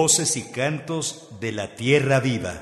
Voces y cantos de la tierra viva.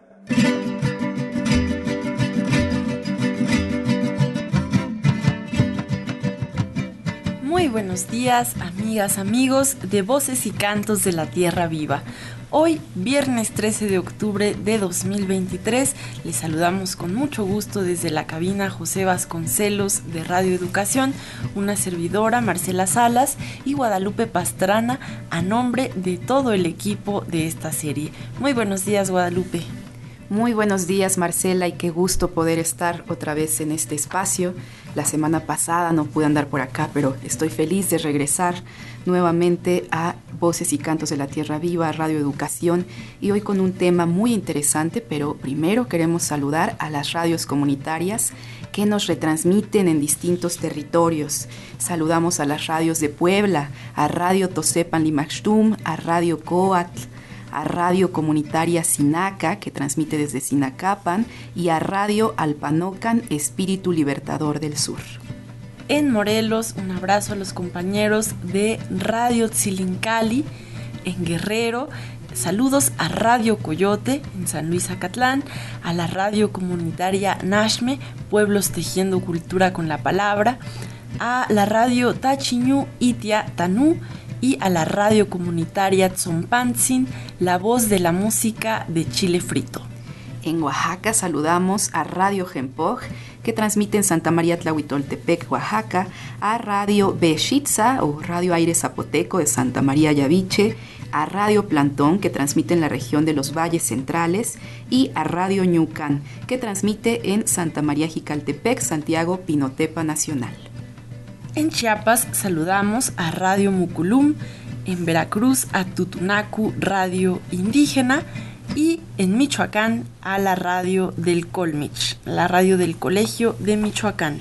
Muy buenos días, amigas, amigos de Voces y Cantos de la Tierra Viva. Hoy, viernes 13 de octubre de 2023, les saludamos con mucho gusto desde la cabina José Vasconcelos de Radio Educación, una servidora, Marcela Salas, y Guadalupe Pastrana, a nombre de todo el equipo de esta serie. Muy buenos días, Guadalupe. Muy buenos días, Marcela, y qué gusto poder estar otra vez en este espacio. La semana pasada no pude andar por acá, pero estoy feliz de regresar nuevamente a Voces y Cantos de la Tierra Viva, Radio Educación, y hoy con un tema muy interesante, pero primero queremos saludar a las radios comunitarias que nos retransmiten en distintos territorios. Saludamos a las radios de Puebla, a Radio Tosepan Limaxtum, a Radio Coatl, a Radio Comunitaria Sinaca, que transmite desde Sinacapan, y a Radio Alpanocan, Espíritu Libertador del Sur. En Morelos, un abrazo a los compañeros de Radio Tzilincali, en Guerrero. Saludos a Radio Coyote, en San Luis Acatlán, a la Radio Comunitaria Nashme, Pueblos Tejiendo Cultura con la Palabra, a la Radio Tachiñú Itia Tanú, y a la radio comunitaria Tzompantzin, la voz de la música de Chile Frito. En Oaxaca saludamos a Radio Gempoj, que transmite en Santa María Tlahuitoltepec, Oaxaca, a Radio Bexitza o Radio Aire Zapoteco de Santa María Yaviche, a Radio Plantón, que transmite en la región de los Valles Centrales, y a Radio Ñucan, que transmite en Santa María Jicaltepec, Santiago Pinotepa Nacional. En Chiapas saludamos a Radio Muculum, en Veracruz a Tutunacu Radio Indígena y en Michoacán a la Radio del Colmich, la radio del Colegio de Michoacán.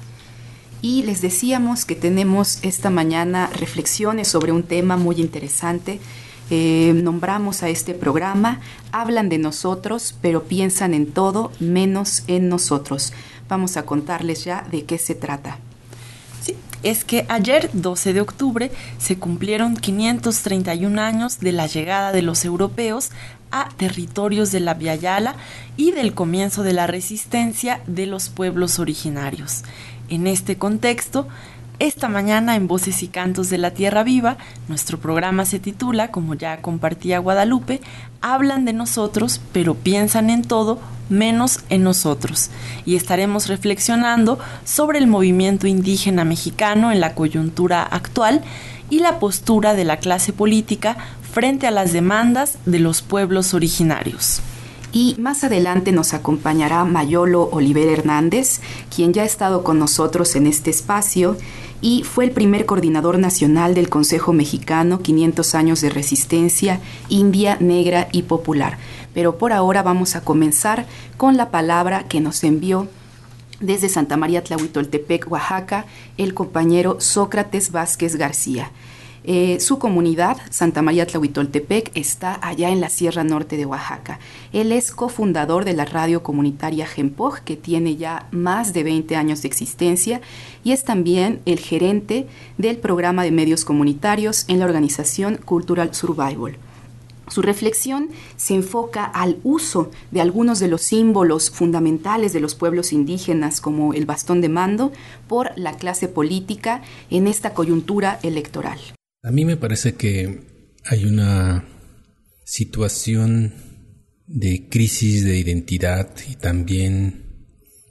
Y les decíamos que tenemos esta mañana reflexiones sobre un tema muy interesante. Nombramos a este programa Hablan de nosotros, pero piensan en todo menos en nosotros. Vamos a contarles ya de qué se trata. Sí, es que ayer, 12 de octubre, se cumplieron 531 años de la llegada de los europeos a territorios de la Via Yala y del comienzo de la resistencia de los pueblos originarios. En este contexto, esta mañana en Voces y Cantos de la Tierra Viva, nuestro programa se titula, como ya compartía Guadalupe, Hablan de nosotros, pero piensan en todo menos en nosotros. Y estaremos reflexionando sobre el movimiento indígena mexicano en la coyuntura actual y la postura de la clase política frente a las demandas de los pueblos originarios. Y más adelante nos acompañará Mayolo Oliver Hernández, quien ya ha estado con nosotros en este espacio y fue el primer coordinador nacional del Consejo Mexicano 500 años de resistencia india, negra y popular. Pero por ahora vamos a comenzar con la palabra que nos envió desde Santa María Tlahuitoltepec, Oaxaca, el compañero Sócrates Vázquez García. Su comunidad, Santa María Tlahuitoltepec, está allá en la Sierra Norte de Oaxaca. Él es cofundador de la radio comunitaria Gempoj, que tiene ya más de 20 años de existencia, y es también el gerente del programa de medios comunitarios en la organización Cultural Survival. Su reflexión se enfoca al uso de algunos de los símbolos fundamentales de los pueblos indígenas, como el bastón de mando, por la clase política en esta coyuntura electoral. A mí me parece que hay una situación de crisis de identidad y también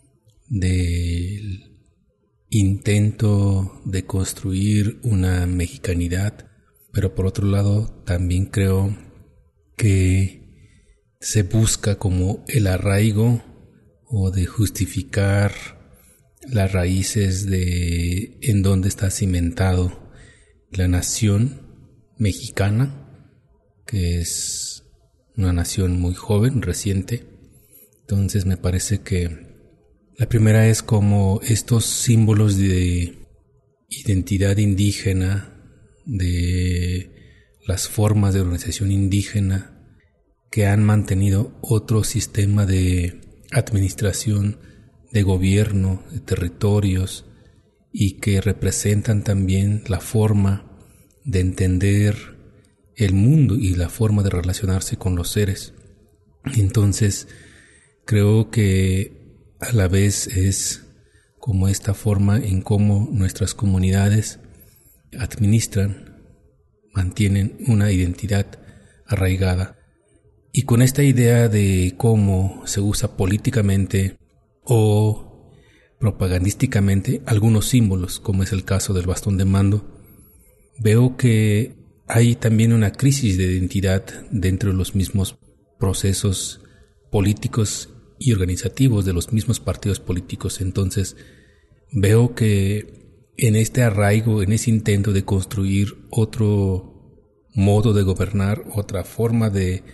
del intento de construir una mexicanidad, pero por otro lado también creo que se busca como el arraigo o de justificar las raíces de en dónde está cimentado la nación mexicana, que es una nación muy joven, reciente. Entonces me parece que la primera es como estos símbolos de identidad indígena, de las formas de organización indígena que han mantenido otro sistema de administración, de gobierno, de territorios, y que representan también la forma de entender el mundo y la forma de relacionarse con los seres. Entonces, creo que a la vez es como esta forma en cómo nuestras comunidades administran, mantienen una identidad arraigada. Y con esta idea de cómo se usa políticamente o propagandísticamente algunos símbolos, como es el caso del bastón de mando, veo que hay también una crisis de identidad dentro de los mismos procesos políticos y organizativos de los mismos partidos políticos. Entonces, veo que en este arraigo, en ese intento de construir otro modo de gobernar, otra forma de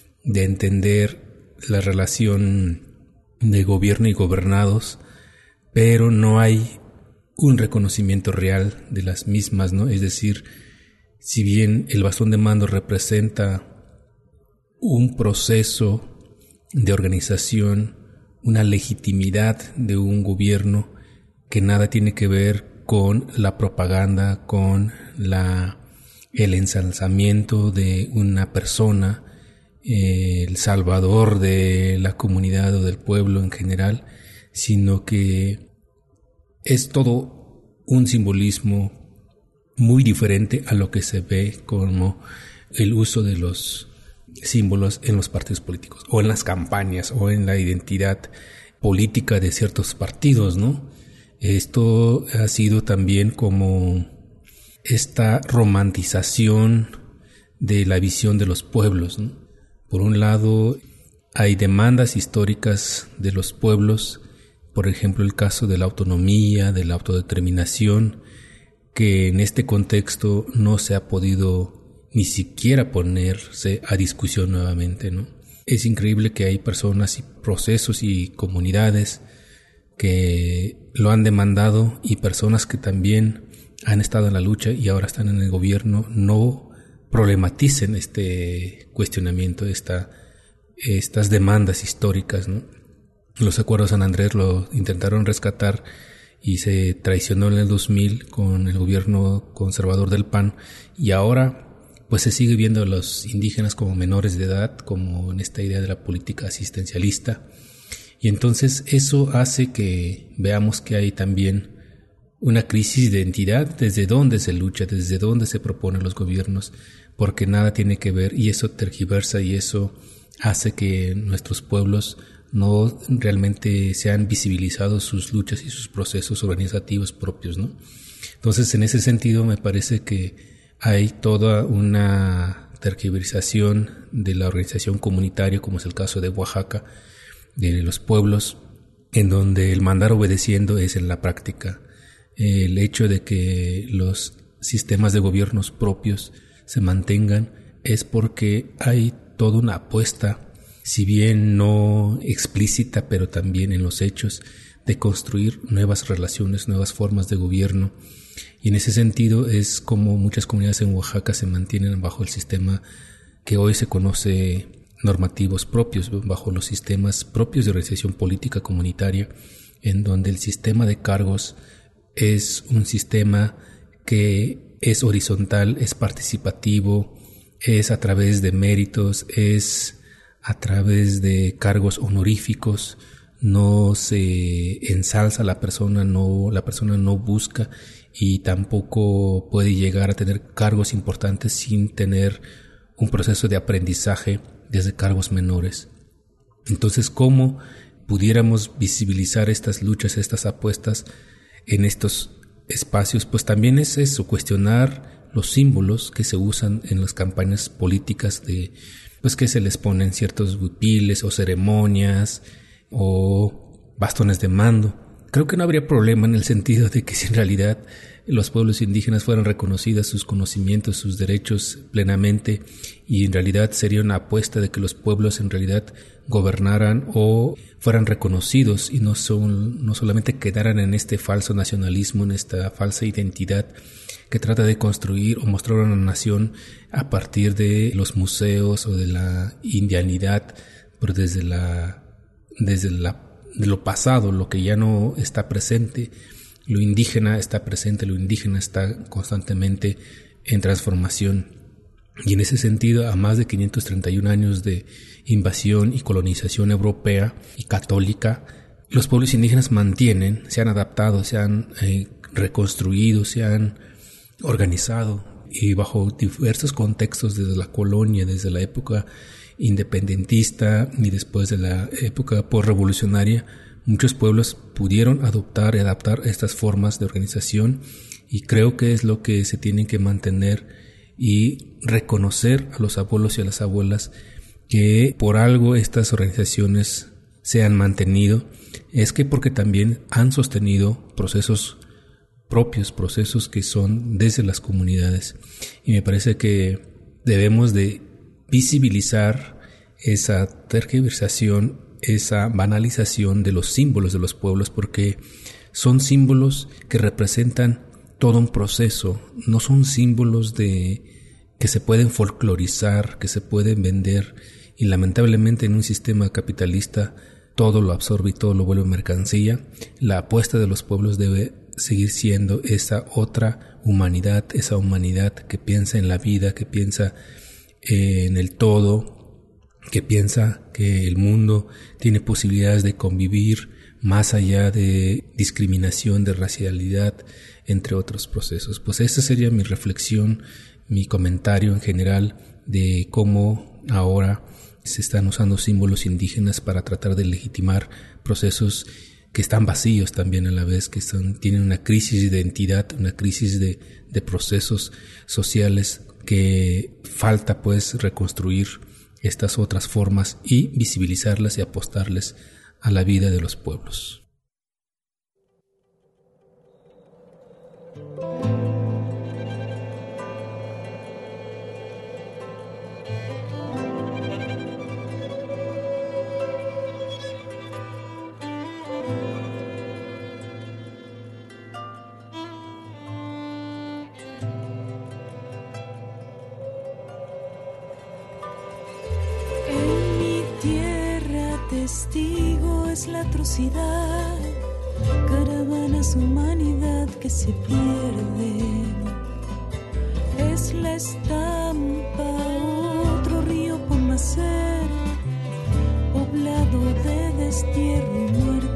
entender la relación de gobierno y gobernados, pero no hay un reconocimiento real de las mismas, ¿no? Es decir, si bien el bastón de mando representa un proceso de organización, una legitimidad de un gobierno que nada tiene que ver con la propaganda, con el ensalzamiento de una persona, el salvador de la comunidad o del pueblo en general, sino que es todo un simbolismo muy diferente a lo que se ve como el uso de los símbolos en los partidos políticos o en las campañas o en la identidad política de ciertos partidos, ¿no? Esto ha sido también como esta romantización de la visión de los pueblos, ¿no? Por un lado, hay demandas históricas de los pueblos, por ejemplo el caso de la autonomía, de la autodeterminación, que en este contexto no se ha podido ni siquiera ponerse a discusión nuevamente, ¿no? Es increíble que hay personas y procesos y comunidades que lo han demandado y personas que también han estado en la lucha y ahora están en el gobierno no problematicen este cuestionamiento, estas demandas históricas, ¿no? Los acuerdos de San Andrés lo intentaron rescatar y se traicionó en el 2000 con el gobierno conservador del PAN, y ahora pues se sigue viendo a los indígenas como menores de edad, como en esta idea de la política asistencialista, y entonces eso hace que veamos que hay también una crisis de identidad, desde dónde se lucha, desde dónde se proponen los gobiernos, porque nada tiene que ver, y eso tergiversa y eso hace que nuestros pueblos no realmente sean visibilizados sus luchas y sus procesos organizativos propios, ¿no? Entonces, en ese sentido, me parece que hay toda una tergiversación de la organización comunitaria, como es el caso de Oaxaca, de los pueblos, en donde el mandar obedeciendo es en la práctica. El hecho de que los sistemas de gobiernos propios se mantengan es porque hay toda una apuesta, si bien no explícita, pero también en los hechos, de construir nuevas relaciones, nuevas formas de gobierno. Y en ese sentido es como muchas comunidades en Oaxaca se mantienen bajo el sistema que hoy se conoce normativos propios, bajo los sistemas propios de organización política comunitaria, en donde el sistema de cargos es un sistema que es horizontal, es participativo, es a través de méritos, es a través de cargos honoríficos, no se ensalza a la persona no busca y tampoco puede llegar a tener cargos importantes sin tener un proceso de aprendizaje desde cargos menores. Entonces, ¿cómo pudiéramos visibilizar estas luchas, estas apuestas en estos espacios? Pues también es eso, cuestionar los símbolos que se usan en las campañas políticas pues que se les ponen ciertos huipiles o ceremonias o bastones de mando. Creo que no habría problema en el sentido de que si en realidad los pueblos indígenas fueran reconocidas sus conocimientos, sus derechos plenamente, y en realidad sería una apuesta de que los pueblos en realidad gobernaran o fueran reconocidos y no solamente quedaran en este falso nacionalismo, en esta falsa identidad que trata de construir o mostrar una nación a partir de los museos o de la indianidad, pero desde lo pasado, lo que ya no está presente. Lo indígena está presente, lo indígena está constantemente en transformación. Y en ese sentido, a más de 531 años de invasión y colonización europea y católica, los pueblos indígenas se han adaptado, se han reconstruido, se han organizado, y bajo diversos contextos, desde la colonia, desde la época independentista y después de la época postrevolucionaria, muchos pueblos pudieron adoptar y adaptar estas formas de organización, y creo que es lo que se tienen que mantener y reconocer a los abuelos y a las abuelas, que por algo estas organizaciones se han mantenido, es que porque también han sostenido procesos propios, procesos que son desde las comunidades, y me parece que debemos de visibilizar esa tergiversación, esa banalización de los símbolos de los pueblos, porque son símbolos que representan todo un proceso, no son símbolos que se pueden folclorizar, que se pueden vender, y lamentablemente en un sistema capitalista todo lo absorbe y todo lo vuelve mercancía. La apuesta de los pueblos debe seguir siendo esa otra humanidad, esa humanidad que piensa en la vida, que piensa en el todo, que piensa que el mundo tiene posibilidades de convivir más allá de discriminación, de racialidad, entre otros procesos. Pues esa sería mi reflexión, mi comentario en general de cómo ahora se están usando símbolos indígenas para tratar de legitimar procesos que están vacíos también a la vez, que tienen una crisis de identidad, una crisis de procesos sociales, que falta pues reconstruir estas otras formas y visibilizarlas y apostarles a la vida de los pueblos. Testigo es la atrocidad, caravanas humanidad que se pierden. Es la estampa, otro río por nacer, poblado de destierro y muerte.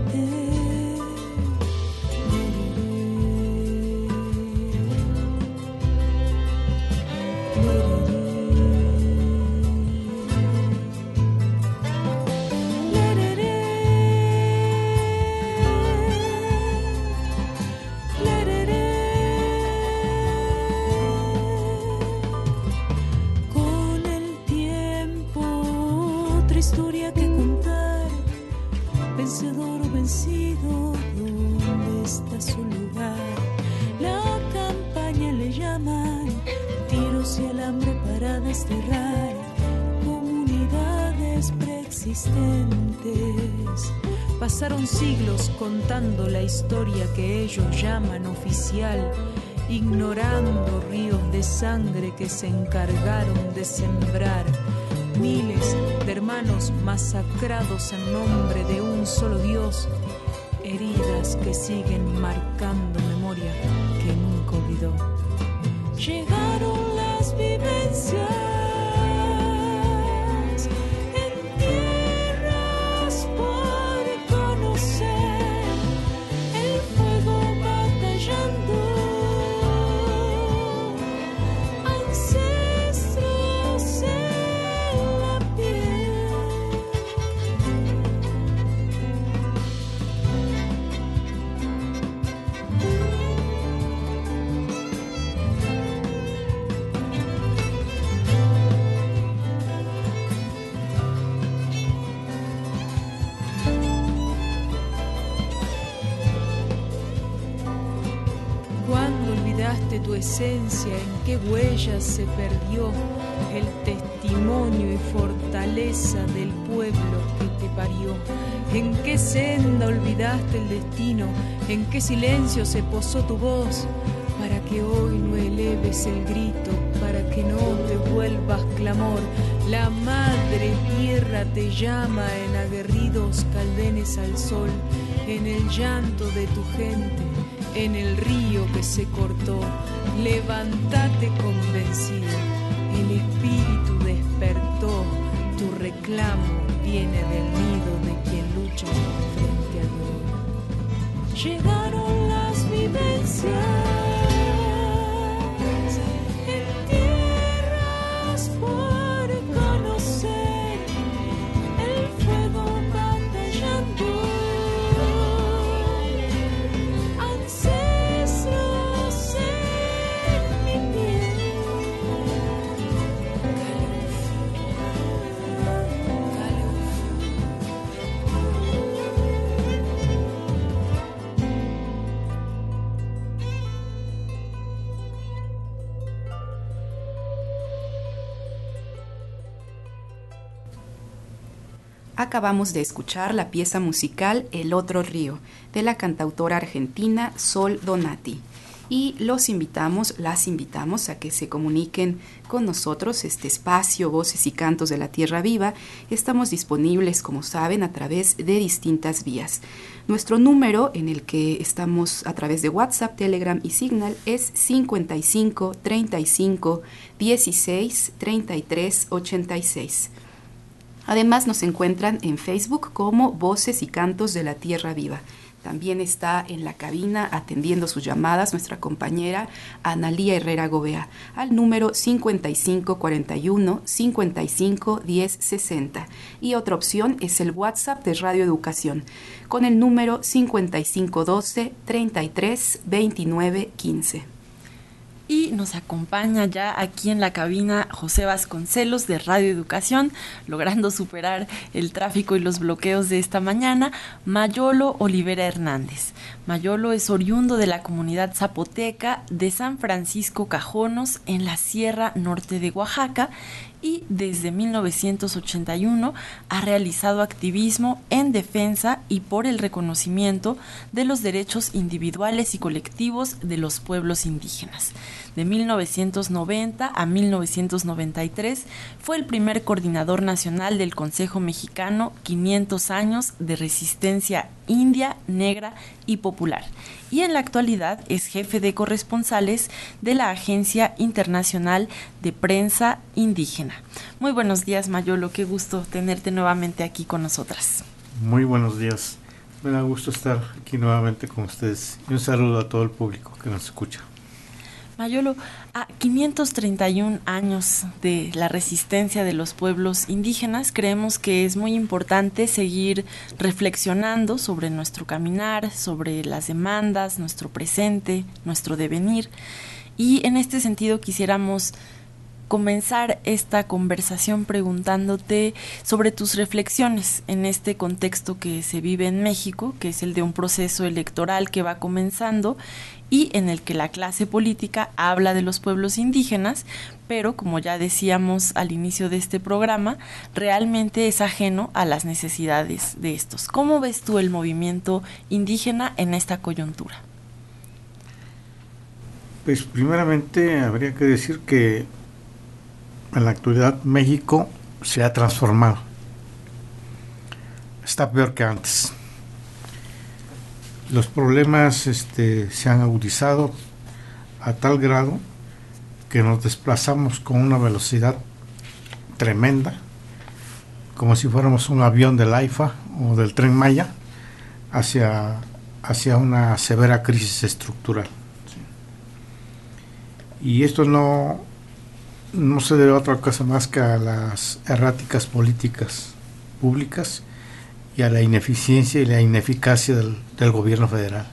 Pasaron siglos contando la historia que ellos llaman oficial, ignorando ríos de sangre que se encargaron de sembrar. Miles de hermanos masacrados en nombre de un solo Dios, heridas que siguen marcando memoria que nunca olvidó. Llegaron las vivencias tu esencia, en qué huellas se perdió el testimonio y fortaleza del pueblo que te parió. En qué senda olvidaste el destino, en qué silencio se posó tu voz, para que hoy no eleves el grito, para que no te vuelvas clamor. La madre tierra te llama en aguerridos caldenes al sol, en el llanto de tu gente, en el río que se cortó. Levántate convencido, el espíritu despertó, tu reclamo viene del nido de quien lucha frente al dolor. Llegaron las vivencias en tierras por conocer, el fuego batallando, ancestros en mi piel, Acabamos de escuchar la pieza musical El Otro Río, de la cantautora argentina Sol Donati. Y las invitamos a que se comuniquen con nosotros, este espacio Voces y Cantos de la Tierra Viva. Estamos disponibles, como saben, a través de distintas vías. Nuestro número, en el que estamos a través de WhatsApp, Telegram y Signal, es 55 35 16 33 86. Además, nos encuentran en Facebook como Voces y Cantos de la Tierra Viva. También está en la cabina atendiendo sus llamadas nuestra compañera Analía Herrera Gobea al número 5541 55 10 60. Y otra opción es el WhatsApp de Radio Educación con el número 5512 33 29 15. Y nos acompaña ya aquí en la cabina José Vasconcelos de Radio Educación, logrando superar el tráfico y los bloqueos de esta mañana, Mayolo Olivera Hernández. Mayolo es oriundo de la comunidad zapoteca de San Francisco Cajonos, en la Sierra Norte de Oaxaca, y desde 1981 ha realizado activismo en defensa y por el reconocimiento de los derechos individuales y colectivos de los pueblos indígenas. De 1990 a 1993 fue el primer coordinador nacional del Consejo Mexicano 500 años de resistencia india, negra y popular. Y en la actualidad es jefe de corresponsales de la Agencia Internacional de Prensa Indígena. Muy buenos días, Mayolo, qué gusto tenerte nuevamente aquí con nosotras. Muy buenos días, me da gusto estar aquí nuevamente con ustedes y un saludo a todo el público que nos escucha. Mayolo, a 531 años de la resistencia de los pueblos indígenas, creemos que es muy importante seguir reflexionando sobre nuestro caminar, sobre las demandas, nuestro presente, nuestro devenir. Y en este sentido quisiéramos comenzar esta conversación preguntándote sobre tus reflexiones en este contexto que se vive en México, que es el de un proceso electoral que va comenzando y en el que la clase política habla de los pueblos indígenas, pero como ya decíamos al inicio de este programa, realmente es ajeno a las necesidades de estos. ¿Cómo ves tú el movimiento indígena en esta coyuntura? Pues primeramente habría que decir que en la actualidad México se ha transformado. Está peor que antes. Los problemas se han agudizado a tal grado que nos desplazamos con una velocidad tremenda, como si fuéramos un avión del AIFA o del Tren Maya, hacia una severa crisis estructural. ¿Sí? Y esto no se debe a otra cosa más que a las erráticas políticas públicas y a la ineficiencia y la ineficacia del gobierno federal.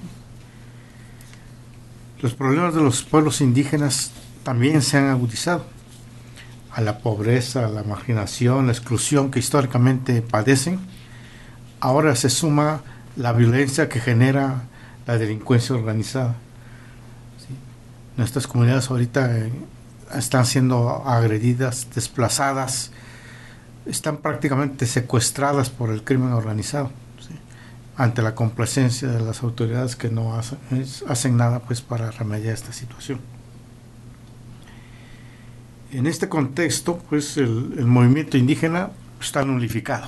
Los problemas de los pueblos indígenas también se han agudizado. A la pobreza, a la marginación, la exclusión que históricamente padecen, ahora se suma la violencia que genera la delincuencia organizada. ¿Sí? Nuestras comunidades ahorita están siendo agredidas, desplazadas, están prácticamente secuestradas por el crimen organizado, ¿sí? Ante la complacencia de las autoridades que no hacen nada pues para remediar esta situación. En este contexto, pues el movimiento indígena está nulificado.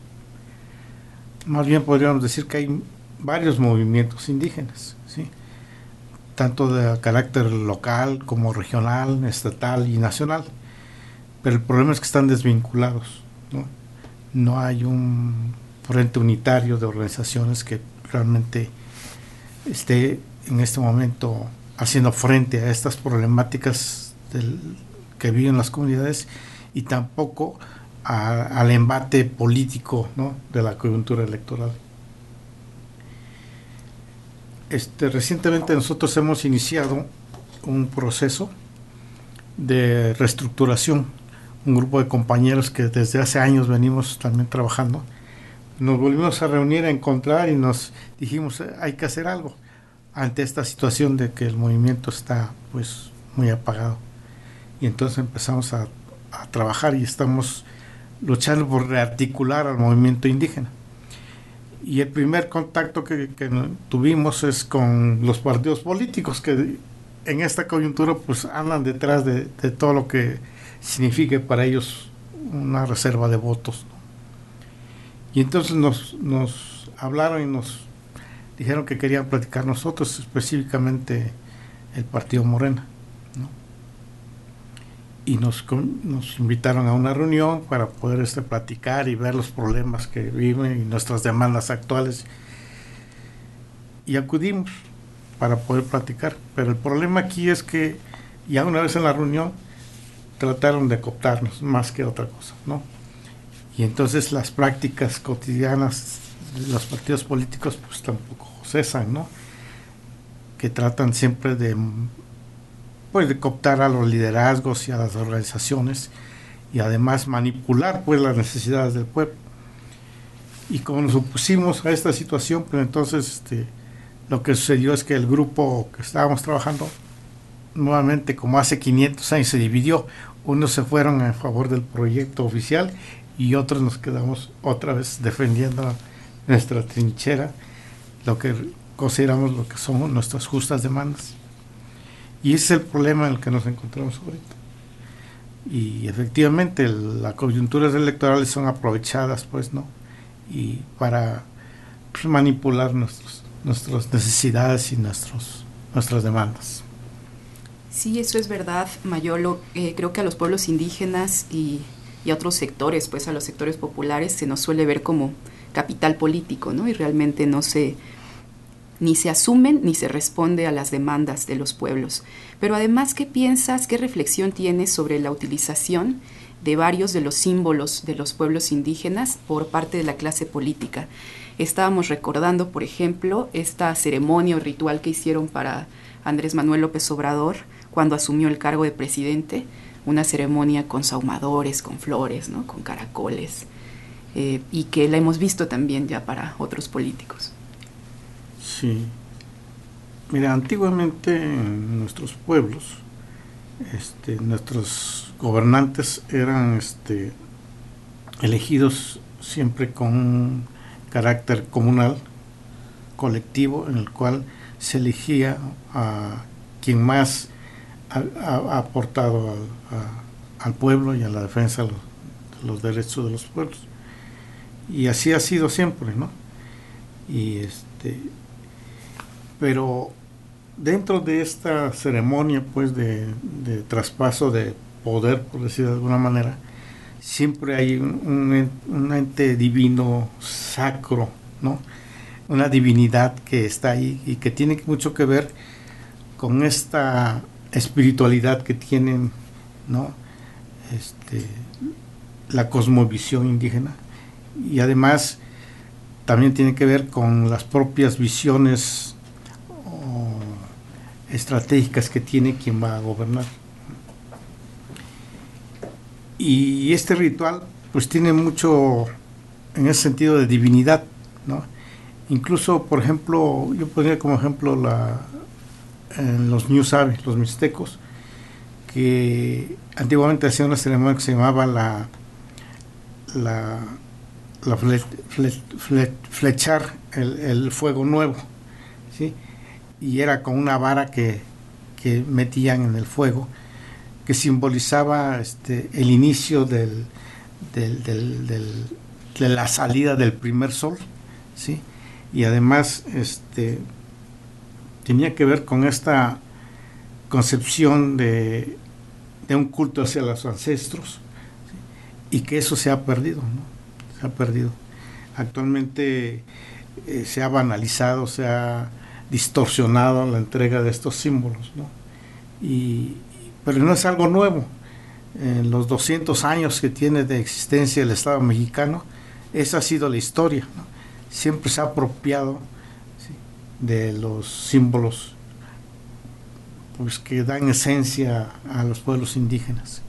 Más bien podríamos decir que hay varios movimientos indígenas, ¿sí? Tanto de carácter local como regional, estatal y nacional. pero el problema es que están desvinculados, ¿no? No hay un frente unitario de organizaciones que realmente esté en este momento haciendo frente a estas problemáticas que viven las comunidades, y tampoco al embate político, ¿no?, de la coyuntura electoral. Recientemente nosotros hemos iniciado un proceso de reestructuración, un grupo de compañeros que desde hace años venimos también trabajando. Nos volvimos a reunir, a encontrar, y nos dijimos, hay que hacer algo ante esta situación de que el movimiento está pues muy apagado. Y entonces empezamos a trabajar y estamos luchando por rearticular al movimiento indígena. Y el primer contacto que tuvimos es con los partidos políticos, que en esta coyuntura pues andan detrás de todo lo que signifique para ellos una reserva de votos, ¿no? Y entonces nos hablaron y nos dijeron que querían platicar nosotros, específicamente el partido Morena, ¿no? Y nos invitaron a una reunión para poder platicar y ver los problemas que viven y nuestras demandas actuales, y acudimos para poder platicar. Pero el problema aquí es que ya una vez en la reunión trataron de cooptarnos más que otra cosa, ¿no? Y entonces las prácticas cotidianas de los partidos políticos pues tampoco cesan, ¿no? Que tratan siempre de cooptar a los liderazgos y a las organizaciones, y además manipular pues las necesidades del pueblo. Y como nos opusimos a esta situación, pues entonces lo que sucedió es que el grupo que estábamos trabajando nuevamente, como hace 500 años, se dividió. Unos se fueron a favor del proyecto oficial y otros nos quedamos otra vez defendiendo nuestra trinchera, lo que consideramos lo que son nuestras justas demandas. Y ese es el problema en el que nos encontramos ahorita. Y efectivamente las coyunturas electorales son aprovechadas, pues, ¿no? Y para pues, manipular nuestras necesidades y nuestras demandas. Sí, eso es verdad, Mayolo. Creo que a los pueblos indígenas y a otros sectores, pues a los sectores populares, se nos suele ver como capital político, ¿no? Y realmente ni se asumen ni se responde a las demandas de los pueblos. Pero además, ¿qué piensas, qué reflexión tienes sobre la utilización de varios de los símbolos de los pueblos indígenas por parte de la clase política? Estábamos recordando, por ejemplo, esta ceremonia o ritual que hicieron para Andrés Manuel López Obrador cuando asumió el cargo de presidente, una ceremonia con sahumadores, con flores, ¿no?, con caracoles, y que la hemos visto también ya para otros políticos. Sí. Mira, antiguamente en nuestros pueblos, nuestros gobernantes eran elegidos siempre con un carácter comunal, colectivo, en el cual se elegía a quien más ha aportado al pueblo y a la defensa de los derechos de los pueblos. Y así ha sido siempre, ¿no? Y pero dentro de esta ceremonia, pues, de traspaso de poder, por decir de alguna manera, siempre hay un ente divino, sacro, ¿no? Una divinidad que está ahí y que tiene mucho que ver con esta espiritualidad que tienen, ¿no?, la cosmovisión indígena, y además también tiene que ver con las propias visiones estratégicas que tiene quien va a gobernar. Y este ritual pues tiene mucho en ese sentido de divinidad, ¿no? Incluso, por ejemplo, yo pondría como ejemplo en los Ñusabe, los mixtecos, que antiguamente hacían una ceremonia que se llamaba flechar el fuego nuevo, ¿sí? Y era con una vara que metían en el fuego, que simbolizaba el inicio de la salida del primer sol, ¿sí? Y además tenía que ver con esta concepción de un culto hacia los ancestros, y que eso se ha perdido, ¿no? Se ha perdido. Actualmente se ha banalizado, se ha distorsionado la entrega de estos símbolos, ¿no? Pero no es algo nuevo. En los 200 años que tiene de existencia el Estado mexicano, esa ha sido la historia, ¿no? Siempre se ha apropiado, ¿sí?, de los símbolos, pues, que dan esencia a los pueblos indígenas.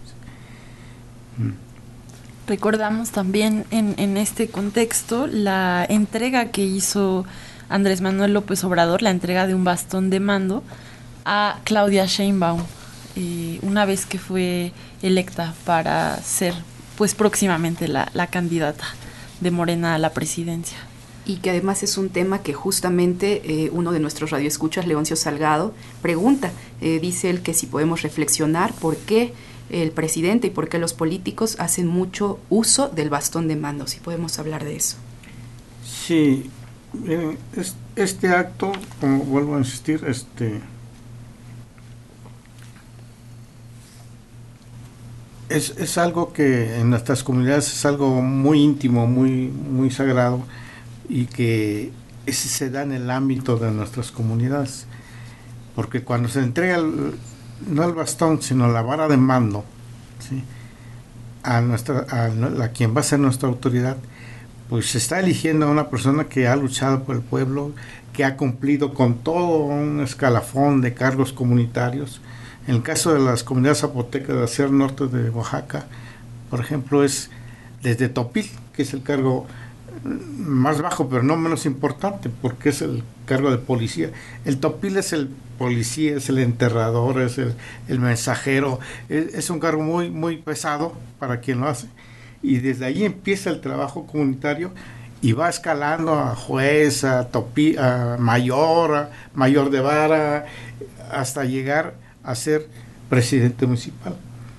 Recordamos también en este contexto la entrega que hizo Andrés Manuel López Obrador, la entrega de un bastón de mando a Claudia Sheinbaum, una vez que fue electa para ser, pues, próximamente la candidata de Morena a la presidencia. Y que además es un tema que justamente uno de nuestros radioescuchas, Leoncio Salgado, pregunta, dice él que si podemos reflexionar por qué el presidente y por qué los políticos hacen mucho uso del bastón de mando, si podemos hablar de eso. Sí, este acto, como vuelvo a insistir, es algo que en nuestras comunidades es algo muy íntimo, muy sagrado, y que se da en el ámbito de nuestras comunidades, porque cuando se entrega no el bastón, sino la vara de mando, ¿sí?, a quien va a ser nuestra autoridad, pues se está eligiendo a una persona que ha luchado por el pueblo, que ha cumplido con todo un escalafón de cargos comunitarios. En el caso de las comunidades zapotecas de la Sierra Norte de Oaxaca, por ejemplo, es desde Topil, que es el cargo más bajo, pero no menos importante, porque es el cargo de policía. El Topil es el policía, es el enterrador, es el mensajero, es un cargo muy pesado para quien lo hace, y desde ahí empieza el trabajo comunitario y va escalando a juez, a mayor de vara, hasta llegar a ser presidente municipal.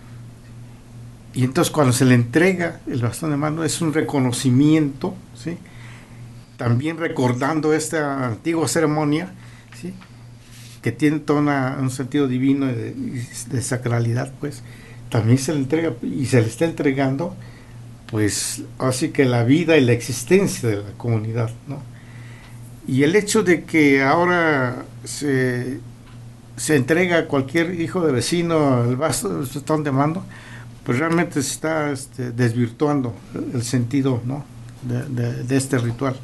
Y entonces cuando se le entrega el bastón de mando es un reconocimiento, ¿sí?, también recordando esta antigua ceremonia, ¿sí?, que tiene todo un sentido divino y de sacralidad, pues también se le entrega y se le está entregando, pues así que la vida y la existencia de la comunidad, ¿no? Y el hecho de que ahora se entrega a cualquier hijo de vecino el bastón de mando, pues realmente se está desvirtuando el sentido, ¿no?, de este ritual.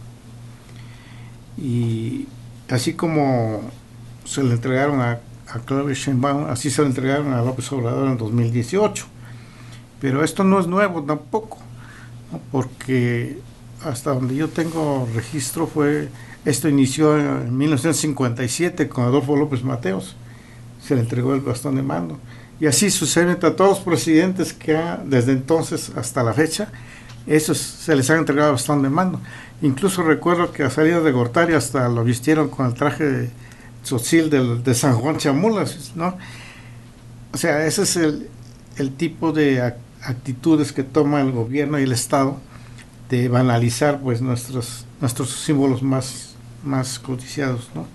Y así como se le entregaron a Claudia Sheinbaum, así se le entregaron a López Obrador en 2018. Pero esto no es nuevo tampoco, ¿no?, porque hasta donde yo tengo registro esto inició en 1957 con Adolfo López Mateos, se le entregó el bastón de mando. Y así sucesivamente a todos los presidentes que desde entonces hasta la fecha, esos se les ha entregado bastón de mando. Incluso recuerdo que a salida de Gortari hasta lo vistieron con el traje de tzotzil de San Juan Chamulas, ¿no? O sea, ese es el tipo de actitudes que toma el gobierno y el Estado de banalizar, pues, nuestros símbolos más codiciados, ¿no?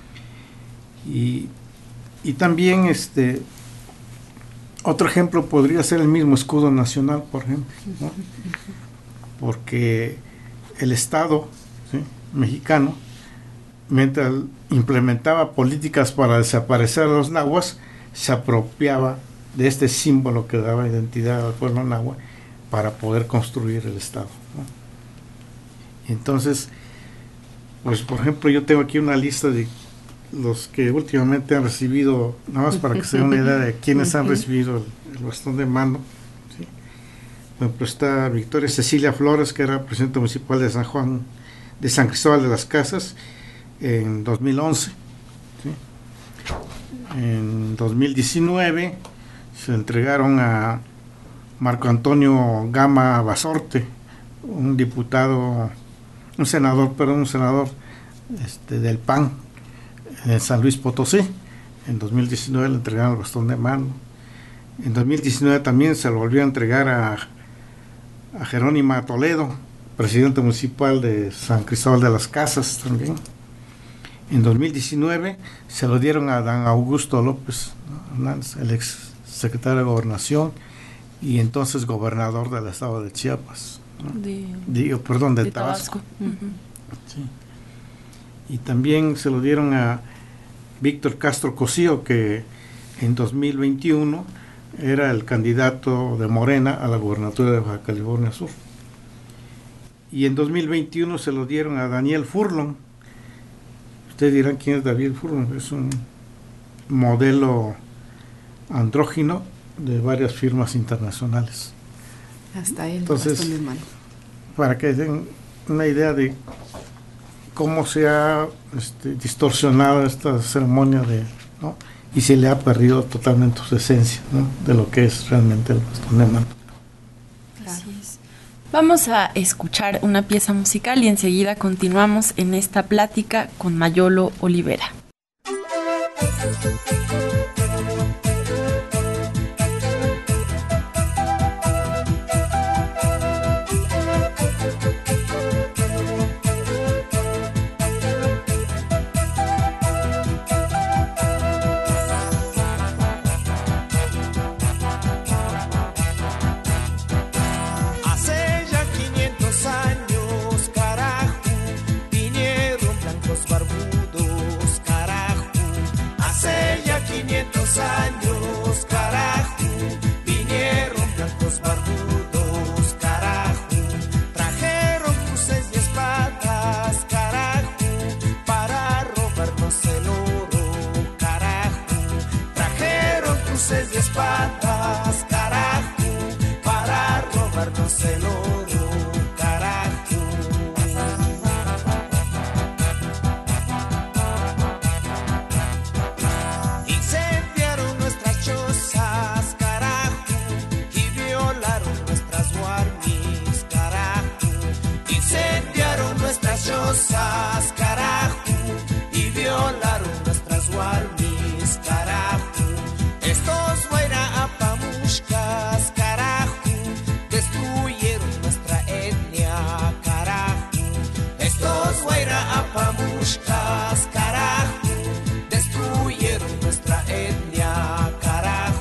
Y también otro ejemplo podría ser el mismo escudo nacional, por ejemplo, ¿no?, porque el Estado, ¿sí?, mexicano, mientras implementaba políticas para desaparecer a los nahuas, se apropiaba de este símbolo que daba identidad al pueblo nahua para poder construir el Estado, ¿no? Entonces, pues, por ejemplo, yo tengo aquí una lista de los que últimamente han recibido, nada más para que se den una idea de quiénes han recibido el bastón de mando, ¿sí? Por ejemplo, está Victoria Cecilia Flores, que era presidenta municipal de San Cristóbal de las Casas en 2011, ¿sí? En 2019 se entregaron a Marco Antonio Gama Basorte, un senador del PAN en San Luis Potosí. En 2019 le entregaron el bastón de mando. En 2019 también se lo volvió a entregar a Jerónima Toledo, presidente municipal de San Cristóbal de las Casas también. En 2019 se lo dieron a Dan Augusto López Hernández, el ex secretario de Gobernación, y entonces gobernador del estado de Chiapas, ¿no? de Tabasco. Sí. Y también se lo dieron a Víctor Castro Cosío, que en 2021 era el candidato de Morena a la gobernatura de Baja California Sur. Y en 2021 se lo dieron a Daniel Furlong. Ustedes dirán quién es Daniel Furlong. Es un modelo andrógino de varias firmas internacionales. Hasta él. Entonces, hasta mi hermano. Para que den una idea de cómo se ha distorsionado esta ceremonia ¿no? Y se le ha perdido totalmente su esencia, ¿no? De lo que es realmente el bastón de mando. Así es. Vamos a escuchar una pieza musical y enseguida continuamos en esta plática con Mayolo Olivera. Años, carajo, vinieron blancos barbudos, carajo, trajeron cruces y espadas, carajo, para robarnos el oro, carajo, trajeron cruces y espadas, carajo, para robarnos el oro, carajo. Chozas, carajo, y violaron nuestras warmis, carajo. Estos guairaapamushkas, carajo, destruyeron nuestra etnia, carajo. Estos guairaapamushkas, carajo, destruyeron nuestra etnia, carajo.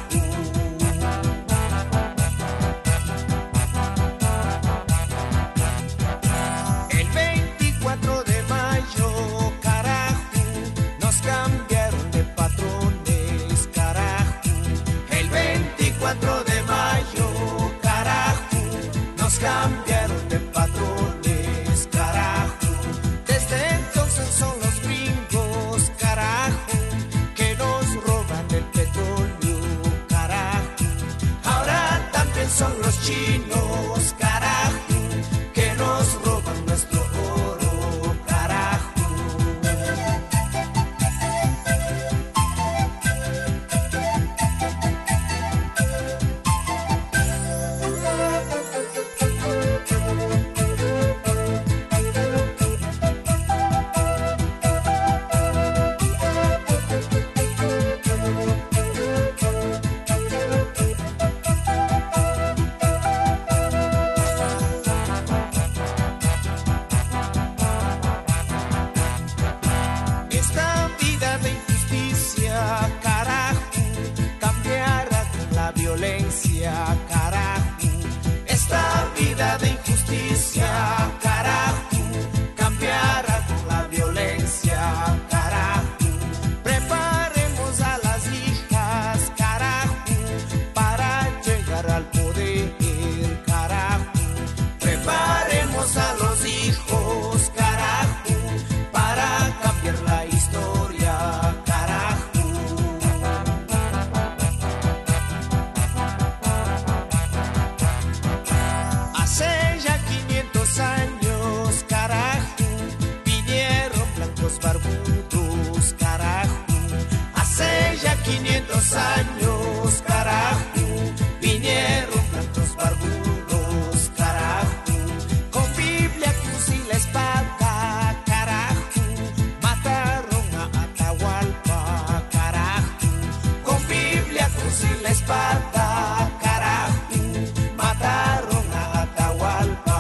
Cambiaron de patrones, carajo. Desde entonces son los gringos, carajo, que nos roban el petróleo, carajo. Ahora también son los chinos, carajo, que nos roban nuestro oro, carajo. Carajo, esta vida de injusticia, carajo, cambiará con la violencia, carajo. Preparemos a las hijas, carajo, para llegar al poder, carajo. Preparemos a los hijos, carajo, para cambiar la historia, carajo. Años, carajo, vinieron blancos barbudos, carajo. Hace ya 500 años, carajo, vinieron blancos barbudos, carajo. Con Biblia, cruz y la espada, carajo, mataron a Atahualpa, carajo. Con Biblia, cruz y la espada, carajo, mataron a Atahualpa.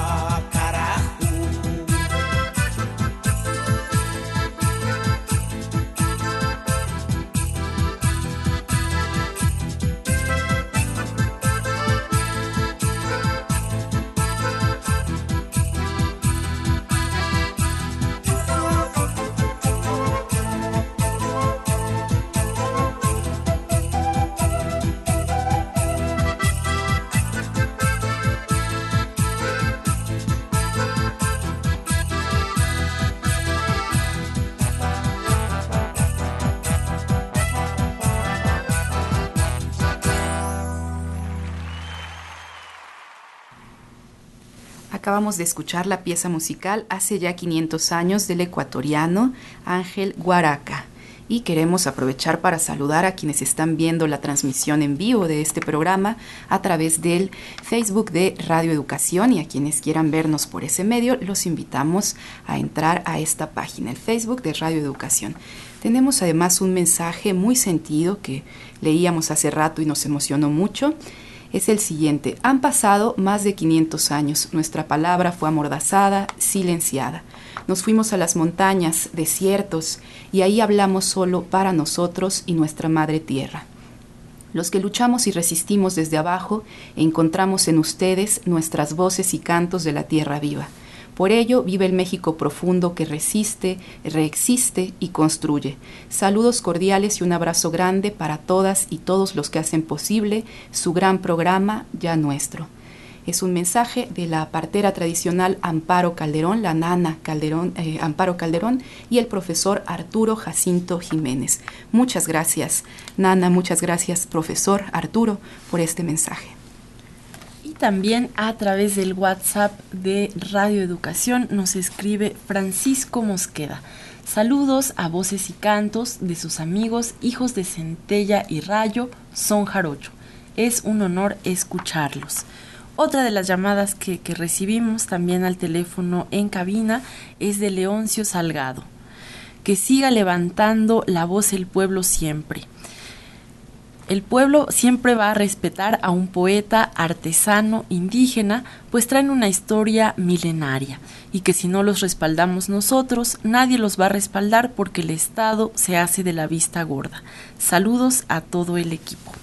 Acabamos de escuchar la pieza musical Hace ya 500 años del ecuatoriano Ángel Guaraca. Y queremos aprovechar para saludar a quienes están viendo la transmisión en vivo de este programa a través del Facebook de Radio Educación, y a quienes quieran vernos por ese medio los invitamos a entrar a esta página, el Facebook de Radio Educación. Tenemos además un mensaje muy sentido que leíamos hace rato y nos emocionó mucho. Es el siguiente: han pasado más de 500 años, nuestra palabra fue amordazada, silenciada. Nos fuimos a las montañas, desiertos, y ahí hablamos solo para nosotros y nuestra madre tierra. Los que luchamos y resistimos desde abajo, encontramos en ustedes nuestras voces y cantos de la tierra viva. Por ello vive el México profundo que resiste, reexiste y construye. Saludos cordiales y un abrazo grande para todas y todos los que hacen posible su gran programa ya nuestro. Es un mensaje de la partera tradicional Amparo Calderón, la nana Calderón, Amparo Calderón, y el profesor Arturo Jacinto Jiménez. Muchas gracias, nana, muchas gracias, profesor Arturo, por este mensaje. Y también a través del WhatsApp de Radio Educación nos escribe Francisco Mosqueda. Saludos a Voces y Cantos de sus amigos, hijos de Centella y Rayo, son jarocho. Es un honor escucharlos. Otra de las llamadas que recibimos también al teléfono en cabina es de Leoncio Salgado. Que siga levantando la voz el pueblo siempre. El pueblo siempre va a respetar a un poeta, artesano, indígena, pues traen una historia milenaria, y que si no los respaldamos nosotros, nadie los va a respaldar porque el Estado se hace de la vista gorda. Saludos a todo el equipo.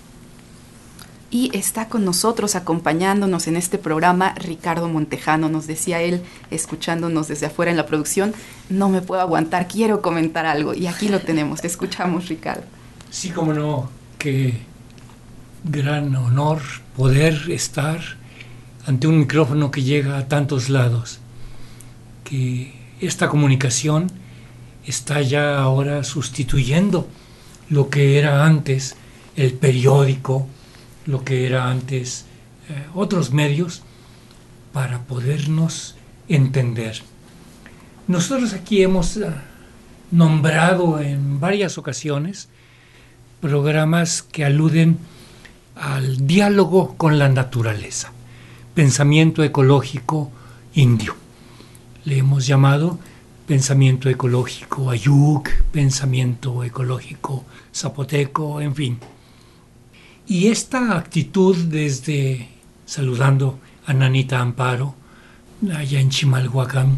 Y está con nosotros, acompañándonos en este programa, Ricardo Montejano. Nos decía él, escuchándonos desde afuera en la producción, no me puedo aguantar, quiero comentar algo. Y aquí lo tenemos, te escuchamos, Ricardo. Sí, cómo no, qué gran honor poder estar ante un micrófono que llega a tantos lados. Que esta comunicación está ya ahora sustituyendo lo que era antes el periódico, lo que era antes otros medios, para podernos entender. Nosotros aquí hemos nombrado en varias ocasiones programas que aluden al diálogo con la naturaleza, pensamiento ecológico indio. Le hemos llamado pensamiento ecológico ayuk, pensamiento ecológico zapoteco, en fin. Y esta actitud, desde saludando a Nanita Amparo, allá en Chimalhuacán,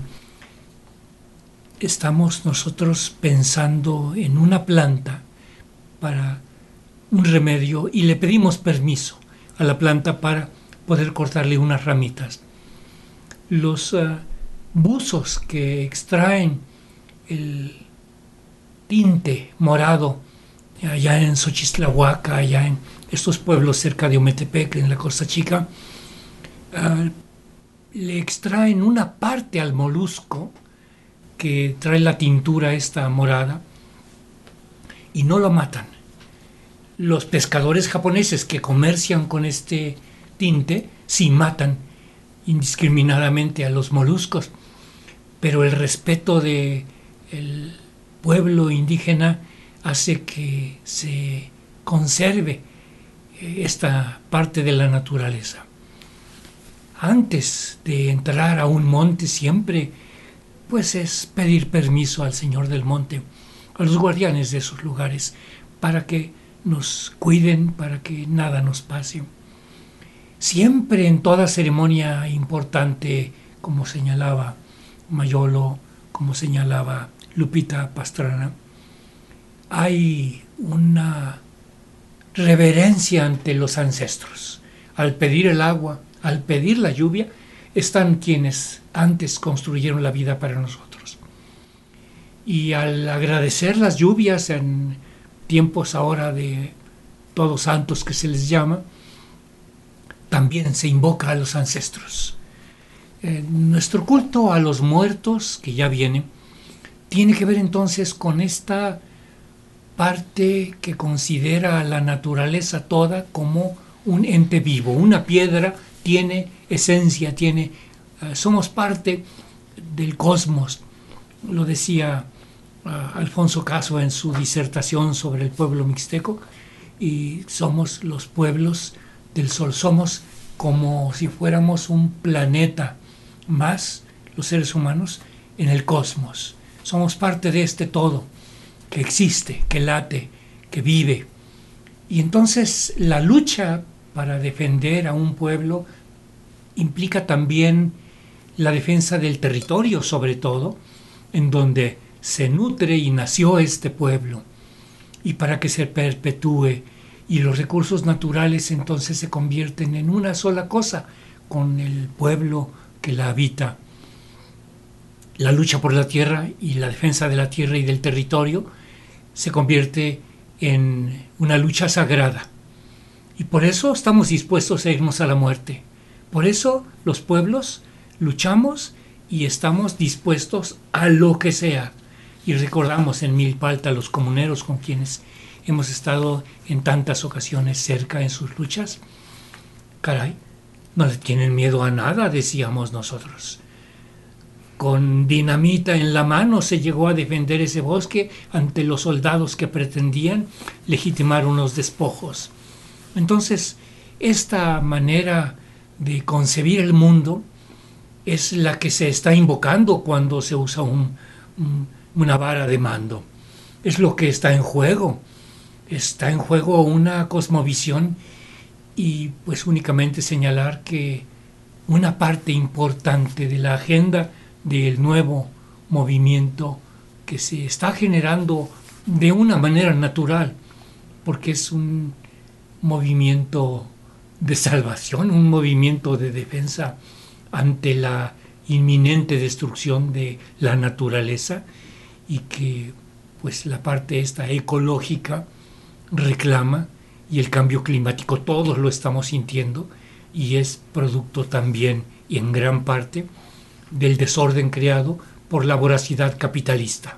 estamos nosotros pensando en una planta para un remedio y le pedimos permiso a la planta para poder cortarle unas ramitas. Los buzos que extraen el tinte morado allá en Xochistlahuaca, allá en estos pueblos cerca de Ometepec, en la Costa Chica, le extraen una parte al molusco que trae la tintura esta morada y no lo matan. Los pescadores japoneses que comercian con este tinte sí matan indiscriminadamente a los moluscos, pero el respeto del pueblo indígena hace que se conserve esta parte de la naturaleza. Antes de entrar a un monte siempre pues es pedir permiso al Señor del Monte, a los guardianes de esos lugares, para que nos cuiden, para que nada nos pase. Siempre en toda ceremonia importante, como señalaba Mayolo, como señalaba Lupita Pastrana, hay una reverencia ante los ancestros. Al pedir el agua, al pedir la lluvia, están quienes antes construyeron la vida para nosotros. Y al agradecer las lluvias en tiempos ahora de Todos Santos, que se les llama, también se invoca a los ancestros. Nuestro culto a los muertos, que ya vienen, tiene que ver entonces con esta parte que considera a la naturaleza toda como un ente vivo. Una piedra tiene esencia, tiene somos parte del cosmos. Lo decía Alfonso Caso en su disertación sobre el pueblo mixteco, y somos los pueblos del sol, somos como si fuéramos un planeta más, los seres humanos, en el cosmos. Somos parte de este todo que existe, que late, que vive. Y entonces la lucha para defender a un pueblo implica también la defensa del territorio, sobre todo, en donde se nutre y nació este pueblo. Y para que se perpetúe y los recursos naturales entonces se convierten en una sola cosa con el pueblo que la habita. La lucha por la tierra y la defensa de la tierra y del territorio se convierte en una lucha sagrada. Y por eso estamos dispuestos a irnos a la muerte. Por eso los pueblos luchamos y estamos dispuestos a lo que sea. Y recordamos en Milpalta a los comuneros con quienes hemos estado en tantas ocasiones cerca en sus luchas. Caray, no le tienen miedo a nada, decíamos nosotros. Con dinamita en la mano se llegó a defender ese bosque ante los soldados que pretendían legitimar unos despojos. Entonces, esta manera de concebir el mundo es la que se está invocando cuando se usa una vara de mando. Es lo que está en juego. Está en juego una cosmovisión y pues únicamente señalar que una parte importante de la agenda del nuevo movimiento que se está generando de una manera natural, porque es un movimiento de salvación, un movimiento de defensa ante la inminente destrucción de la naturaleza, y que pues la parte esta ecológica reclama, y el cambio climático todos lo estamos sintiendo, y es producto también y en gran parte del desorden creado por la voracidad capitalista.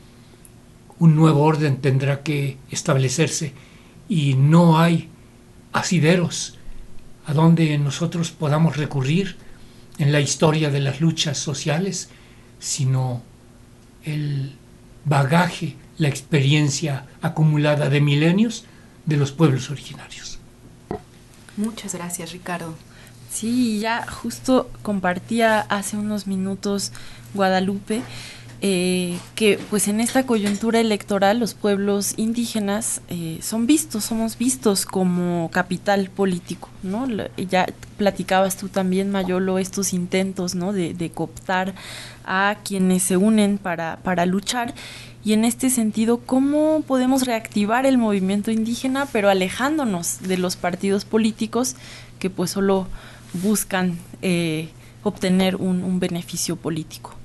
Un nuevo orden tendrá que establecerse y no hay asideros a donde nosotros podamos recurrir en la historia de las luchas sociales, sino el bagaje, la experiencia acumulada de milenios de los pueblos originarios. Muchas gracias, Ricardo. Sí, ya justo compartía hace unos minutos Guadalupe que pues en esta coyuntura electoral los pueblos indígenas somos vistos como capital político, ¿no? Ya platicabas tú también, Mayolo, estos intentos, ¿no? de cooptar a quienes se unen para luchar. Y en este sentido, ¿cómo podemos reactivar el movimiento indígena, pero alejándonos de los partidos políticos que pues solo buscan obtener un beneficio político?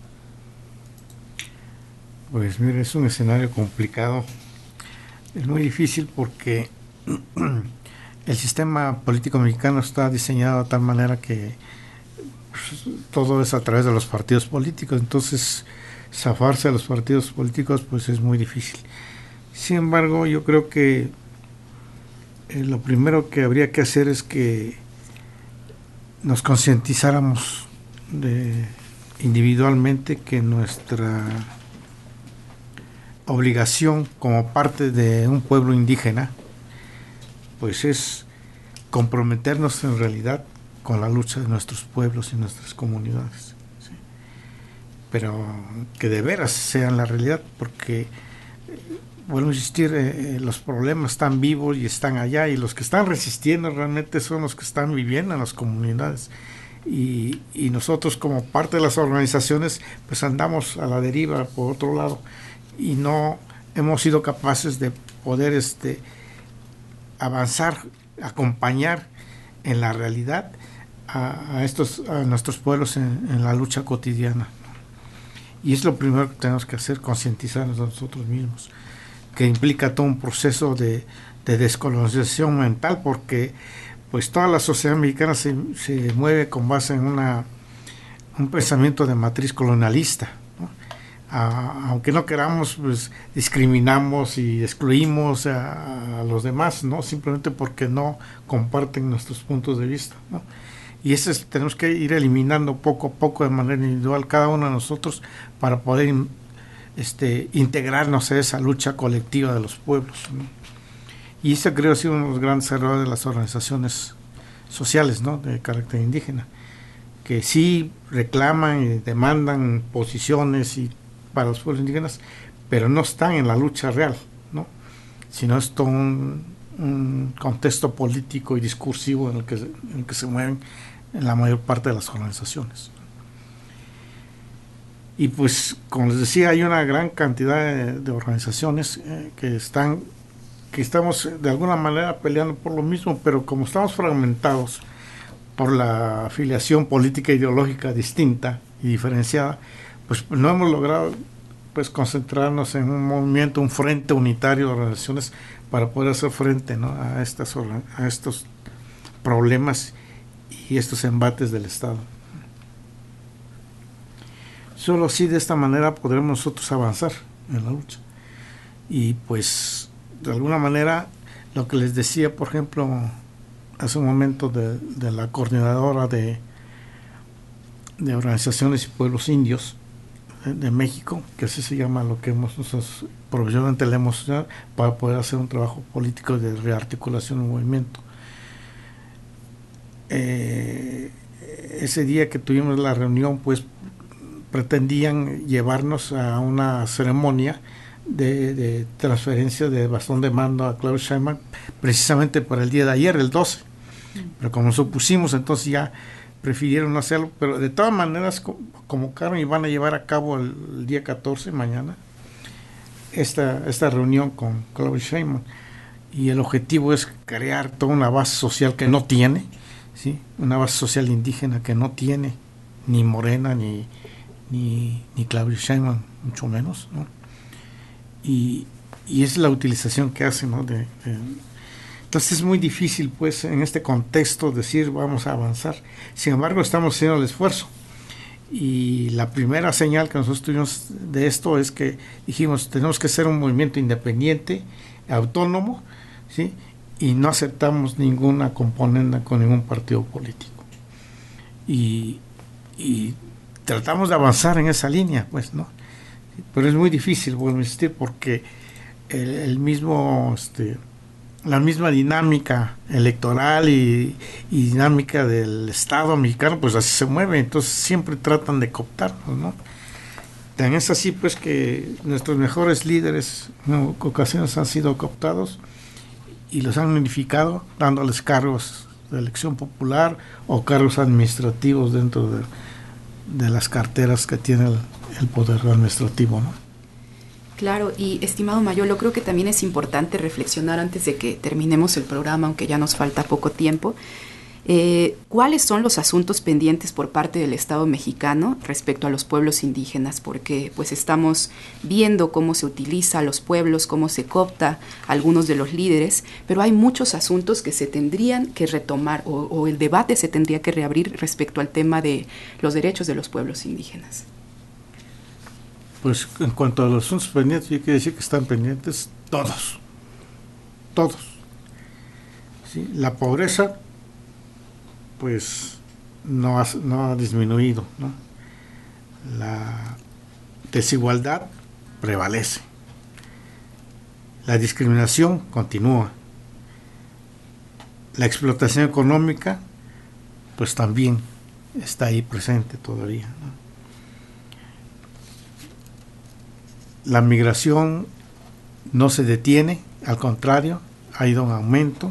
Pues mire, es un escenario complicado, es muy difícil porque el sistema político mexicano está diseñado de tal manera que todo es a través de los partidos políticos, entonces zafarse a los partidos políticos pues es muy difícil. Sin embargo, yo creo que lo primero que habría que hacer es que nos concientizáramos individualmente que nuestra obligación como parte de un pueblo indígena pues es comprometernos en realidad con la lucha de nuestros pueblos y nuestras comunidades, ¿sí? Pero que de veras sean la realidad, porque vuelvo a insistir, los problemas están vivos y están allá, y los que están resistiendo realmente son los que están viviendo en las comunidades, y nosotros como parte de las organizaciones pues andamos a la deriva por otro lado y no hemos sido capaces de poder avanzar, acompañar en la realidad a nuestros pueblos en la lucha cotidiana. Y es lo primero que tenemos que hacer, concientizarnos a nosotros mismos, que implica todo un proceso de descolonización mental, porque pues toda la sociedad mexicana se mueve con base en un pensamiento de matriz colonialista, ¿no? Aunque no queramos, pues discriminamos y excluimos a los demás, ¿no? Simplemente porque no comparten nuestros puntos de vista, ¿no? Y eso tenemos que ir eliminando poco a poco de manera individual cada uno de nosotros para poder integrarnos a esa lucha colectiva de los pueblos, ¿no? Y eso creo ha sido uno de los grandes errores de las organizaciones sociales, ¿no?, de carácter indígena, que sí reclaman y demandan posiciones para los pueblos indígenas, pero no están en la lucha real, ¿no?, sino es todo un contexto político y discursivo en el que se mueven en la mayor parte de las organizaciones. Y pues, como les decía, hay una gran cantidad de organizaciones que estamos de alguna manera peleando por lo mismo, pero como estamos fragmentados por la afiliación política e ideológica distinta y diferenciada, pues no hemos logrado pues concentrarnos en un movimiento, un frente unitario de organizaciones para poder hacer frente, ¿no?, a estos problemas y estos embates del Estado. Solo así, de esta manera, podremos nosotros avanzar en la lucha. Y pues, de alguna manera, lo que les decía, por ejemplo, hace un momento de la coordinadora de organizaciones y pueblos indios de México, que así se llama lo que nosotros profesionalmente le hemos hecho para poder hacer un trabajo político de rearticulación del movimiento. Ese día que tuvimos la reunión, pues pretendían llevarnos a una ceremonia de transferencia de bastón de mando a Claudio Sheinbaum precisamente para el día de ayer, el 12, pero como nos opusimos, entonces ya prefirieron no hacerlo, pero de todas maneras convocaron y van a llevar a cabo el día 14, mañana, esta reunión con Claudio Sheinbaum, y el objetivo es crear toda una base social que no tiene, ¿sí?, una base social indígena que no tiene ni Morena ni Claudio Sheinbaum, mucho menos, ¿no? Y es la utilización que hacen, ¿no? Entonces es muy difícil, pues, en este contexto decir vamos a avanzar. Sin embargo, estamos haciendo el esfuerzo. Y la primera señal que nosotros tuvimos de esto es que dijimos, tenemos que ser un movimiento independiente, autónomo, ¿sí?, y no aceptamos ninguna componenda con ningún partido político. Y tratamos de avanzar en esa línea, pues, ¿no? Pero es muy difícil, vuelvo a insistir, porque la misma dinámica electoral y dinámica del Estado mexicano, pues así se mueve, entonces siempre tratan de cooptarnos, ¿no? Tan es así, pues, que nuestros mejores líderes en ocasiones han sido cooptados y los han unificado, dándoles cargos de elección popular o cargos administrativos dentro de las carteras que tiene el poder administrativo, ¿no? Claro, y estimado Mayolo, creo que también es importante reflexionar antes de que terminemos el programa, aunque ya nos falta poco tiempo, ¿cuáles son los asuntos pendientes por parte del Estado mexicano respecto a los pueblos indígenas? Porque pues estamos viendo cómo se utiliza a los pueblos, cómo se coopta a algunos de los líderes, pero hay muchos asuntos que se tendrían que retomar o el debate se tendría que reabrir respecto al tema de los derechos de los pueblos indígenas. Pues en cuanto a los asuntos pendientes, yo quiero decir que están pendientes todos. ¿Sí? La pobreza pues no ha disminuido, ¿no? La desigualdad prevalece, la discriminación continúa, la explotación económica pues también está ahí presente todavía, ¿no? La migración no se detiene, al contrario, ha ido en aumento,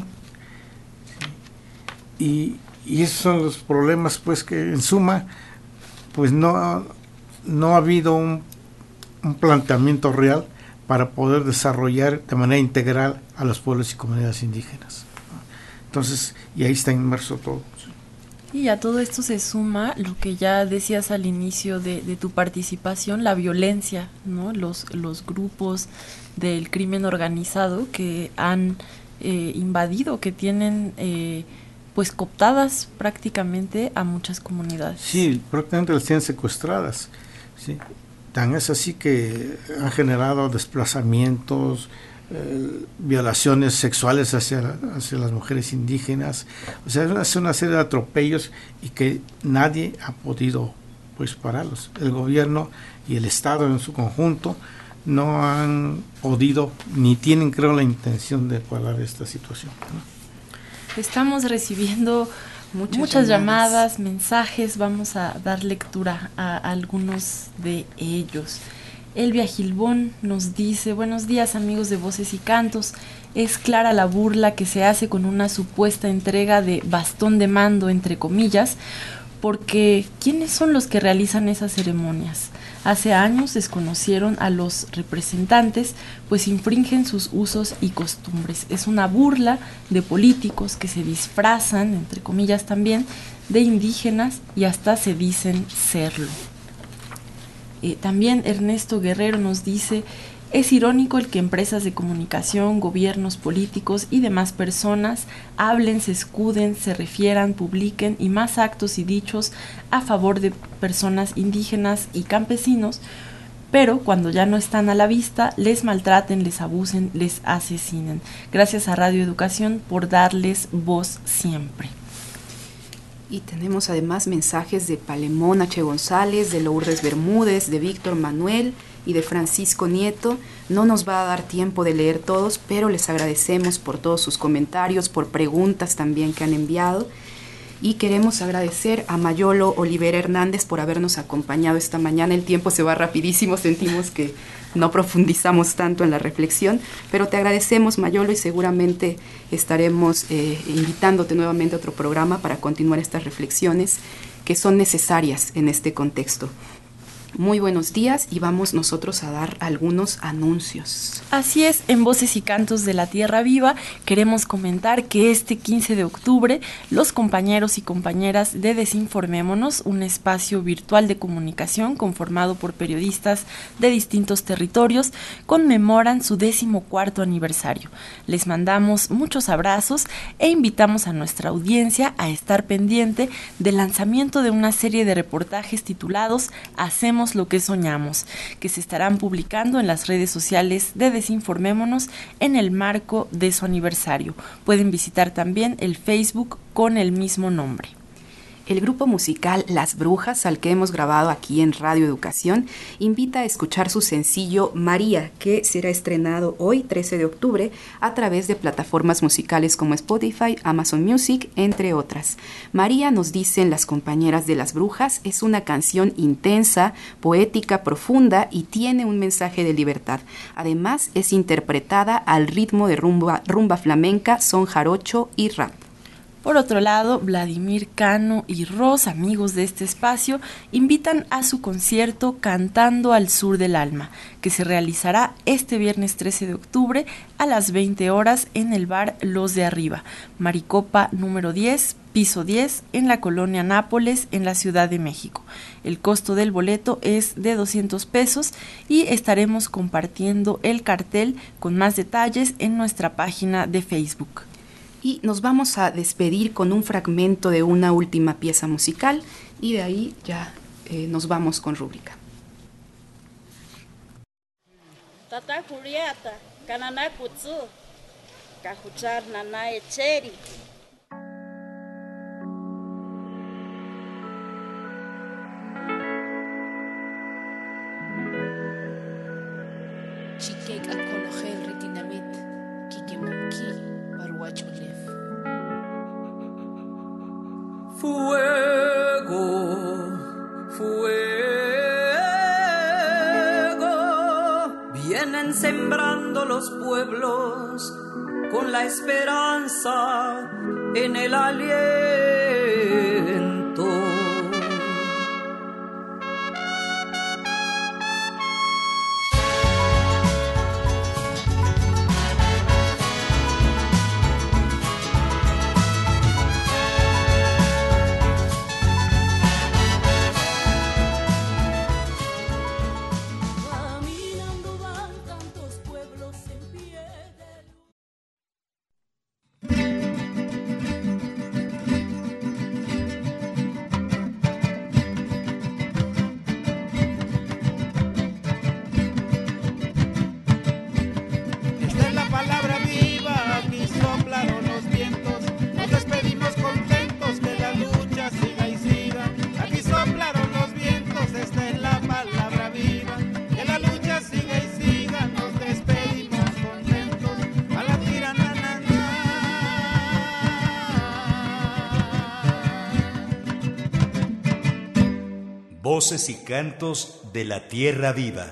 y esos son los problemas, pues, que en suma pues no ha habido un planteamiento real para poder desarrollar de manera integral a los pueblos y comunidades indígenas. Entonces, y ahí está inmerso todo. Y a todo esto se suma lo que ya decías al inicio de tu participación, la violencia, ¿no? Los grupos del crimen organizado que han invadido, que tienen pues cooptadas prácticamente a muchas comunidades. Sí, prácticamente las tienen secuestradas, ¿sí? Tan es así que han generado desplazamientos, violaciones sexuales hacia las mujeres indígenas. O sea, es una serie de atropellos y que nadie ha podido pues pararlos. El gobierno y el Estado en su conjunto no han podido ni tienen, creo, la intención de parar esta situación, ¿no? Estamos recibiendo muchas llamadas, mensajes. Vamos a dar lectura a algunos de ellos. Elvia Gilbón nos dice: buenos días, amigos de Voces y Cantos. Es clara la burla que se hace con una supuesta entrega de bastón de mando, entre comillas, porque ¿quiénes son los que realizan esas ceremonias? Hace años desconocieron a los representantes, pues infringen sus usos y costumbres. Es una burla de políticos que se disfrazan, entre comillas también, de indígenas y hasta se dicen serlo. También Ernesto Guerrero nos dice: es irónico el que empresas de comunicación, gobiernos políticos y demás personas hablen, se escuden, se refieran, publiquen y más actos y dichos a favor de personas indígenas y campesinos, pero cuando ya no están a la vista, les maltraten, les abusen, les asesinen. Gracias a Radio Educación por darles voz siempre. Y tenemos además mensajes de Palemón H. González, de Lourdes Bermúdez, de Víctor Manuel y de Francisco Nieto. No nos va a dar tiempo de leer todos, pero les agradecemos por todos sus comentarios, por preguntas también que han enviado. Y queremos agradecer a Mayolo Olivera Hernández por habernos acompañado esta mañana. El tiempo se va rapidísimo, sentimos que no profundizamos tanto en la reflexión, pero te agradecemos, Mayolo, y seguramente estaremos invitándote nuevamente a otro programa para continuar estas reflexiones que son necesarias en este contexto. Muy buenos días y vamos nosotros a dar algunos anuncios. Así es, en Voces y Cantos de la Tierra Viva queremos comentar que este 15 de octubre los compañeros y compañeras de Desinformémonos, un espacio virtual de comunicación conformado por periodistas de distintos territorios, conmemoran su 14º aniversario. Les mandamos muchos abrazos e invitamos a nuestra audiencia a estar pendiente del lanzamiento de una serie de reportajes titulados Hacemos lo que soñamos, que se estarán publicando en las redes sociales de Desinformémonos en el marco de su aniversario. Pueden visitar también el Facebook con el mismo nombre. El grupo musical Las Brujas, al que hemos grabado aquí en Radio Educación, invita a escuchar su sencillo María, que será estrenado hoy, 13 de octubre, a través de plataformas musicales como Spotify, Amazon Music, entre otras. María, nos dicen las compañeras de Las Brujas, es una canción intensa, poética, profunda y tiene un mensaje de libertad. Además, es interpretada al ritmo de rumba flamenca, son jarocho y rap. Por otro lado, Vladimir Cano y Ros, amigos de este espacio, invitan a su concierto Cantando al Sur del Alma, que se realizará este viernes 13 de octubre a las 20 horas en el bar Los de Arriba, Maricopa número 10, piso 10, en la colonia Nápoles, en la Ciudad de México. El costo del boleto es de 200 pesos y estaremos compartiendo el cartel con más detalles en nuestra página de Facebook. Y nos vamos a despedir con un fragmento de una última pieza musical y de ahí ya nos vamos con rúbrica. Tata Julieta, Canana Kutsu, Cajuchar Nana Echeri. Chiquek Akologel Retinamit, Kikimaki. Fuego, fuego, vienen sembrando los pueblos con la esperanza en el aliento. Voces y cantos de la tierra viva.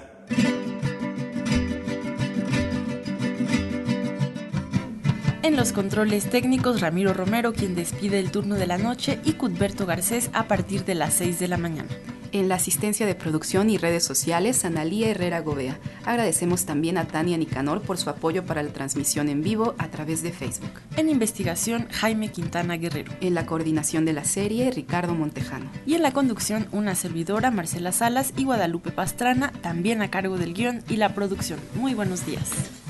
En los controles técnicos, Ramiro Romero, quien despide el turno de la noche, y Cuthberto Garcés a partir de las 6 de la mañana. En la asistencia de producción y redes sociales, Analía Herrera Gobea. Agradecemos también a Tania Nicanor por su apoyo para la transmisión en vivo a través de Facebook. En investigación, Jaime Quintana Guerrero. En la coordinación de la serie, Ricardo Montejano. Y en la conducción, una servidora, Marcela Salas, y Guadalupe Pastrana, también a cargo del guión y la producción. Muy buenos días.